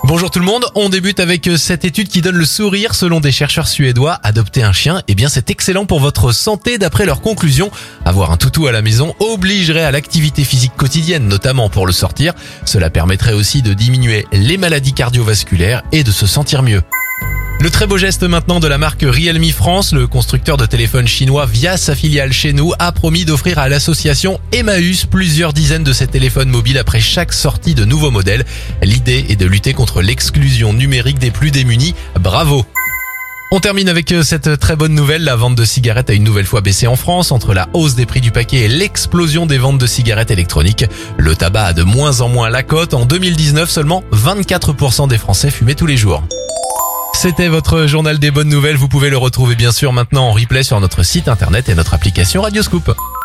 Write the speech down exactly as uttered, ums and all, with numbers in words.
Bonjour tout le monde, on débute avec cette étude qui donne le sourire selon des chercheurs suédois. Adopter un chien, eh bien c'est excellent pour votre santé d'après leurs conclusions. Avoir un toutou à la maison obligerait à l'activité physique quotidienne, notamment pour le sortir. Cela permettrait aussi de diminuer les maladies cardiovasculaires et de se sentir mieux. Le très beau geste maintenant de la marque Realme France, le constructeur de téléphones chinois via sa filiale chez nous a promis d'offrir à l'association Emmaüs plusieurs dizaines de ces téléphones mobiles après chaque sortie de nouveaux modèles. L'idée est de lutter contre l'exclusion numérique des plus démunis. Bravo! On termine avec cette très bonne nouvelle, la vente de cigarettes a une nouvelle fois baissé en France entre la hausse des prix du paquet et l'explosion des ventes de cigarettes électroniques. Le tabac a de moins en moins la cote. En deux mille dix-neuf, seulement vingt-quatre pour cent des Français fumaient tous les jours. C'était votre journal des bonnes nouvelles. Vous pouvez le retrouver bien sûr maintenant en replay sur notre site internet et notre application Radioscoop.